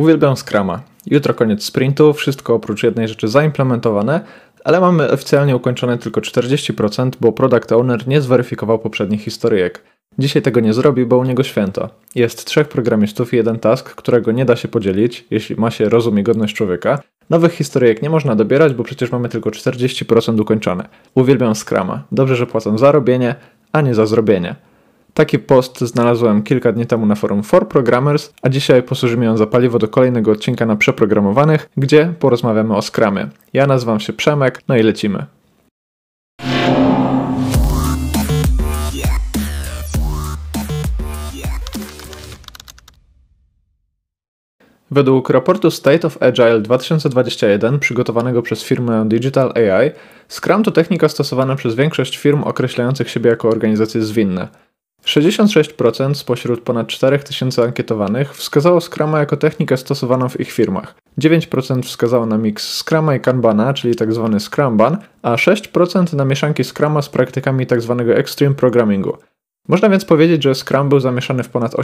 Uwielbiam Scruma. Jutro koniec sprintu, wszystko oprócz jednej rzeczy zaimplementowane, ale mamy oficjalnie ukończone tylko 40%, bo product owner nie zweryfikował poprzednich historyjek. Dzisiaj tego nie zrobi, bo u niego święto. Jest 3 programistów i 1 task, którego nie da się podzielić, jeśli ma się rozum i godność człowieka. Nowych historyjek nie można dobierać, bo przecież mamy tylko 40% ukończone. Uwielbiam Scruma. Dobrze, że płacą za robienie, a nie za zrobienie. Taki post znalazłem kilka dni temu na forum For Programmers, a dzisiaj posłuży mi on za paliwo do kolejnego odcinka na Przeprogramowanych, gdzie porozmawiamy o Scrumie. Ja nazywam się Przemek, no i lecimy. Według raportu State of Agile 2021 przygotowanego przez firmę Digital AI, Scrum to technika stosowana przez większość firm określających siebie jako organizacje zwinne. 66% spośród ponad 4000 ankietowanych wskazało Scruma jako technikę stosowaną w ich firmach. 9% wskazało na miks Scruma i Kanbana, czyli tzw. Scrumban, a 6% na mieszanki Scruma z praktykami tzw. Extreme Programmingu. Można więc powiedzieć, że Scrum był zamieszany w ponad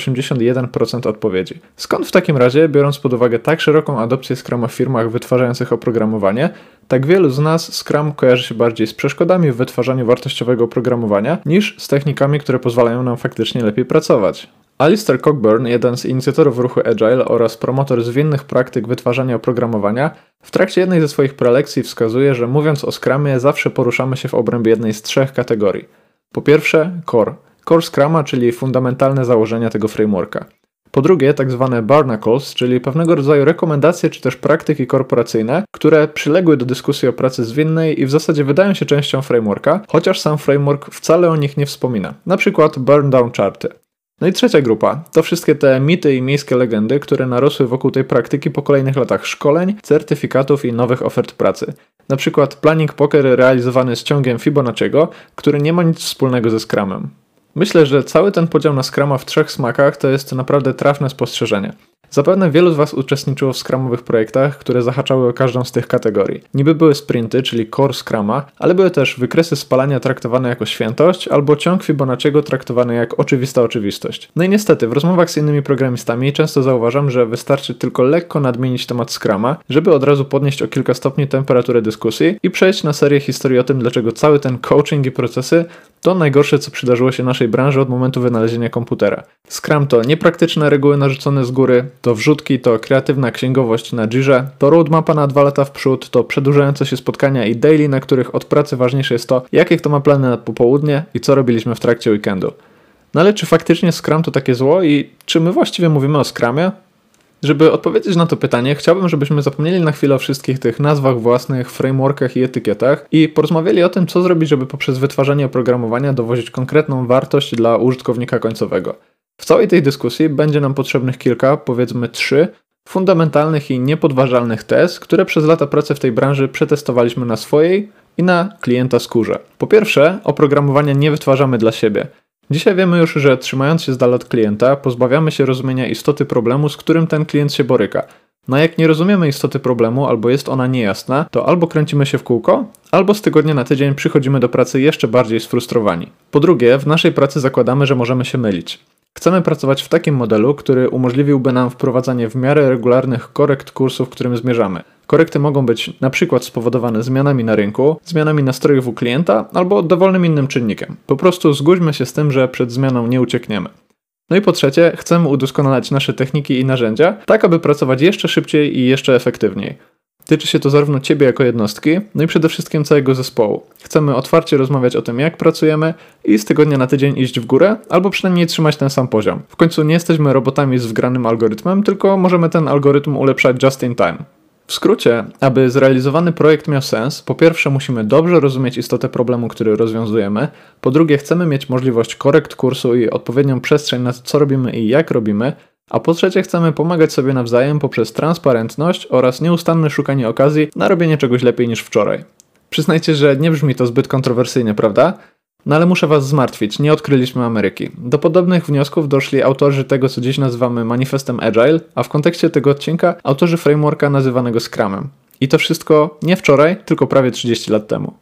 81% odpowiedzi. Skąd w takim razie, biorąc pod uwagę tak szeroką adopcję Scruma w firmach wytwarzających oprogramowanie, tak wielu z nas Scrum kojarzy się bardziej z przeszkodami w wytwarzaniu wartościowego oprogramowania niż z technikami, które pozwalają nam faktycznie lepiej pracować? Alistair Cockburn, jeden z inicjatorów ruchu Agile oraz promotor zwinnych praktyk wytwarzania oprogramowania, w trakcie jednej ze swoich prelekcji wskazuje, że mówiąc o Scrumie zawsze poruszamy się w obrębie jednej z 3 kategorii. Po pierwsze, core. Core Scruma, czyli fundamentalne założenia tego frameworka. Po drugie, tak zwane barnacles, czyli pewnego rodzaju rekomendacje czy też praktyki korporacyjne, które przyległy do dyskusji o pracy zwinnej i w zasadzie wydają się częścią frameworka, chociaż sam framework wcale o nich nie wspomina. Na przykład burn down charty. No i trzecia grupa, to wszystkie te mity i miejskie legendy, które narosły wokół tej praktyki po kolejnych latach szkoleń, certyfikatów i nowych ofert pracy. Na przykład planning poker realizowany z ciągiem Fibonacciego, który nie ma nic wspólnego ze Scrumem. Myślę, że cały ten podział na Scruma w 3 smakach to jest naprawdę trafne spostrzeżenie. Zapewne wielu z Was uczestniczyło w Scrumowych projektach, które zahaczały o każdą z tych kategorii. Niby były sprinty, czyli core Scruma, ale były też wykresy spalania traktowane jako świętość, albo ciąg Fibonacciego traktowany jak oczywista oczywistość. No i niestety, w rozmowach z innymi programistami często zauważam, że wystarczy tylko lekko nadmienić temat Scruma, żeby od razu podnieść o kilka stopni temperaturę dyskusji i przejść na serię historii o tym, dlaczego cały ten coaching i procesy to najgorsze, co przydarzyło się naszej branży od momentu wynalezienia komputera. Scrum to niepraktyczne reguły narzucone z góry, to wrzutki, to kreatywna księgowość na Jirze, to roadmapa na 2 lata w przód, to przedłużające się spotkania i daily, na których od pracy ważniejsze jest to, jakie kto ma plany na popołudnie i co robiliśmy w trakcie weekendu. No ale czy faktycznie Scrum to takie zło i czy my właściwie mówimy o Scrumie? Żeby odpowiedzieć na to pytanie, chciałbym, żebyśmy zapomnieli na chwilę o wszystkich tych nazwach własnych, frameworkach i etykietach i porozmawiali o tym, co zrobić, żeby poprzez wytwarzanie oprogramowania dowozić konkretną wartość dla użytkownika końcowego. W całej tej dyskusji będzie nam potrzebnych kilka, powiedzmy 3, fundamentalnych i niepodważalnych tez, które przez lata pracy w tej branży przetestowaliśmy na swojej i na klienta skórze. Po pierwsze, oprogramowania nie wytwarzamy dla siebie. Dzisiaj wiemy już, że trzymając się z dala od klienta, pozbawiamy się rozumienia istoty problemu, z którym ten klient się boryka. No jak nie rozumiemy istoty problemu, albo jest ona niejasna, to albo kręcimy się w kółko, albo z tygodnia na tydzień przychodzimy do pracy jeszcze bardziej sfrustrowani. Po drugie, w naszej pracy zakładamy, że możemy się mylić. Chcemy pracować w takim modelu, który umożliwiłby nam wprowadzanie w miarę regularnych korekt kursu, w którym zmierzamy. Korekty mogą być na przykład spowodowane zmianami na rynku, zmianami nastrojów u klienta albo dowolnym innym czynnikiem. Po prostu zgódźmy się z tym, że przed zmianą nie uciekniemy. No i po trzecie, chcemy udoskonalać nasze techniki i narzędzia, tak aby pracować jeszcze szybciej i jeszcze efektywniej. Tyczy się to zarówno Ciebie jako jednostki, no i przede wszystkim całego zespołu. Chcemy otwarcie rozmawiać o tym, jak pracujemy i z tygodnia na tydzień iść w górę, albo przynajmniej trzymać ten sam poziom. W końcu nie jesteśmy robotami z wgranym algorytmem, tylko możemy ten algorytm ulepszać just in time. W skrócie, aby zrealizowany projekt miał sens, po pierwsze musimy dobrze rozumieć istotę problemu, który rozwiązujemy, po drugie chcemy mieć możliwość korekt kursu i odpowiednią przestrzeń na to, co robimy i jak robimy, a po trzecie chcemy pomagać sobie nawzajem poprzez transparentność oraz nieustanne szukanie okazji na robienie czegoś lepiej niż wczoraj. Przyznajcie, że nie brzmi to zbyt kontrowersyjnie, prawda? No ale muszę Was zmartwić, nie odkryliśmy Ameryki. Do podobnych wniosków doszli autorzy tego, co dziś nazywamy manifestem Agile, a w kontekście tego odcinka autorzy frameworka nazywanego Scrumem. I to wszystko nie wczoraj, tylko prawie 30 lat temu.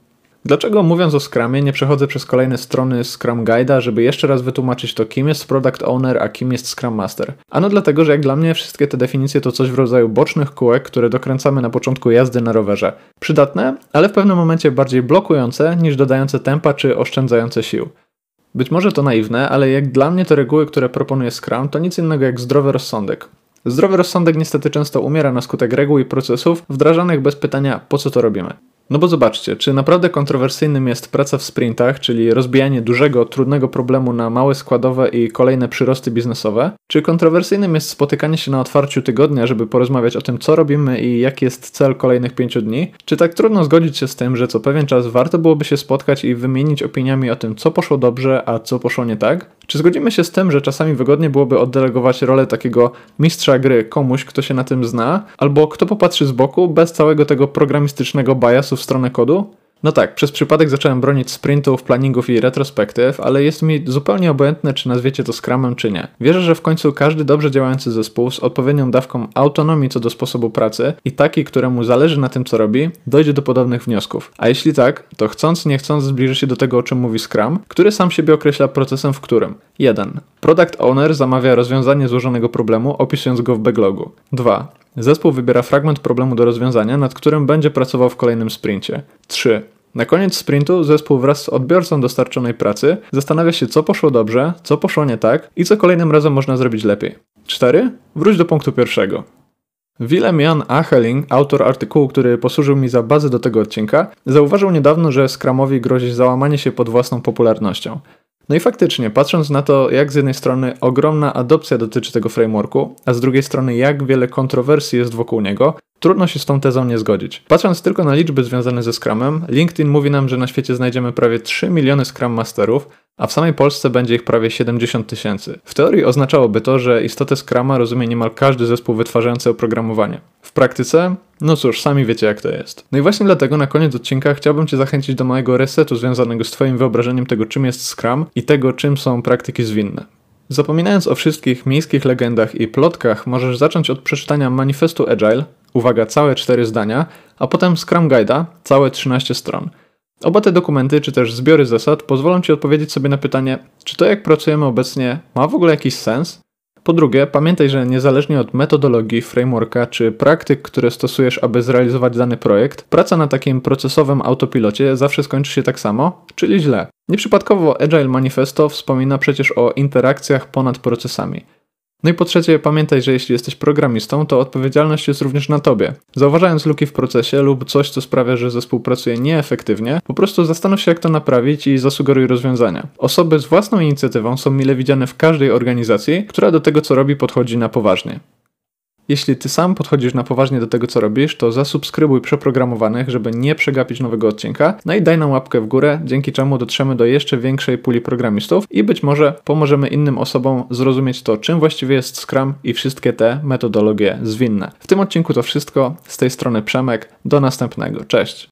Dlaczego mówiąc o Scrumie nie przechodzę przez kolejne strony Scrum Guide'a, żeby jeszcze raz wytłumaczyć to, kim jest Product Owner, a kim jest Scrum Master? Ano dlatego, że jak dla mnie wszystkie te definicje to coś w rodzaju bocznych kółek, które dokręcamy na początku jazdy na rowerze. Przydatne, ale w pewnym momencie bardziej blokujące niż dodające tempa czy oszczędzające sił. Być może to naiwne, ale jak dla mnie te reguły, które proponuje Scrum, to nic innego jak zdrowy rozsądek. Zdrowy rozsądek niestety często umiera na skutek reguł i procesów wdrażanych bez pytania, po co to robimy. No bo zobaczcie, czy naprawdę kontrowersyjnym jest praca w sprintach, czyli rozbijanie dużego, trudnego problemu na małe składowe i kolejne przyrosty biznesowe? Czy kontrowersyjnym jest spotykanie się na otwarciu tygodnia, żeby porozmawiać o tym, co robimy i jaki jest cel kolejnych 5 dni? Czy tak trudno zgodzić się z tym, że co pewien czas warto byłoby się spotkać i wymienić opiniami o tym, co poszło dobrze, a co poszło nie tak? Czy zgodzimy się z tym, że czasami wygodnie byłoby oddelegować rolę takiego mistrza gry komuś, kto się na tym zna, albo kto popatrzy z boku bez całego tego programistycznego biasu w stronę kodu? No tak, przez przypadek zacząłem bronić sprintów, planningów i retrospektyw, ale jest mi zupełnie obojętne, czy nazwiecie to Scrumem, czy nie. Wierzę, że w końcu każdy dobrze działający zespół z odpowiednią dawką autonomii co do sposobu pracy i taki, któremu zależy na tym, co robi, dojdzie do podobnych wniosków. A jeśli tak, to chcąc, nie chcąc zbliży się do tego, o czym mówi Scrum, który sam siebie określa procesem, w którym 1. Product Owner zamawia rozwiązanie złożonego problemu, opisując go w backlogu. 2. Zespół wybiera fragment problemu do rozwiązania, nad którym będzie pracował w kolejnym sprincie. 3. Na koniec sprintu zespół wraz z odbiorcą dostarczonej pracy zastanawia się, co poszło dobrze, co poszło nie tak i co kolejnym razem można zrobić lepiej. 4. Wróć do punktu pierwszego. Willem Jan Acheling, autor artykułu, który posłużył mi za bazę do tego odcinka, zauważył niedawno, że Scrumowi grozi załamanie się pod własną popularnością. No i faktycznie, patrząc na to, jak z jednej strony ogromna adopcja dotyczy tego frameworku, a z drugiej strony jak wiele kontrowersji jest wokół niego, trudno się z tą tezą nie zgodzić. Patrząc tylko na liczby związane ze Scrumem, LinkedIn mówi nam, że na świecie znajdziemy prawie 3 miliony Scrum Masterów, a w samej Polsce będzie ich prawie 70 000. W teorii oznaczałoby to, że istotę Scruma rozumie niemal każdy zespół wytwarzający oprogramowanie. W praktyce? No cóż, sami wiecie jak to jest. No i właśnie dlatego na koniec odcinka chciałbym Cię zachęcić do małego resetu związanego z Twoim wyobrażeniem tego, czym jest Scrum i tego, czym są praktyki zwinne. Zapominając o wszystkich miejskich legendach i plotkach, możesz zacząć od przeczytania manifestu Agile, uwaga, całe 4 zdania, a potem Scrum Guide'a, całe 13 stron. Oba te dokumenty, czy też zbiory zasad pozwolą Ci odpowiedzieć sobie na pytanie, czy to jak pracujemy obecnie ma w ogóle jakiś sens? Po drugie, pamiętaj, że niezależnie od metodologii, frameworka czy praktyk, które stosujesz, aby zrealizować dany projekt, praca na takim procesowym autopilocie zawsze skończy się tak samo, czyli źle. Nieprzypadkowo Agile Manifesto wspomina przecież o interakcjach ponad procesami. No i po trzecie, pamiętaj, że jeśli jesteś programistą, to odpowiedzialność jest również na tobie. Zauważając luki w procesie lub coś, co sprawia, że zespół pracuje nieefektywnie, po prostu zastanów się, jak to naprawić i zasugeruj rozwiązania. Osoby z własną inicjatywą są mile widziane w każdej organizacji, która do tego, co robi, podchodzi na poważnie. Jeśli ty sam podchodzisz na poważnie do tego, co robisz, to zasubskrybuj Przeprogramowanych, żeby nie przegapić nowego odcinka, no i daj nam łapkę w górę, dzięki czemu dotrzemy do jeszcze większej puli programistów i być może pomożemy innym osobom zrozumieć to, czym właściwie jest Scrum i wszystkie te metodologie zwinne. W tym odcinku to wszystko, z tej strony Przemek, do następnego, cześć!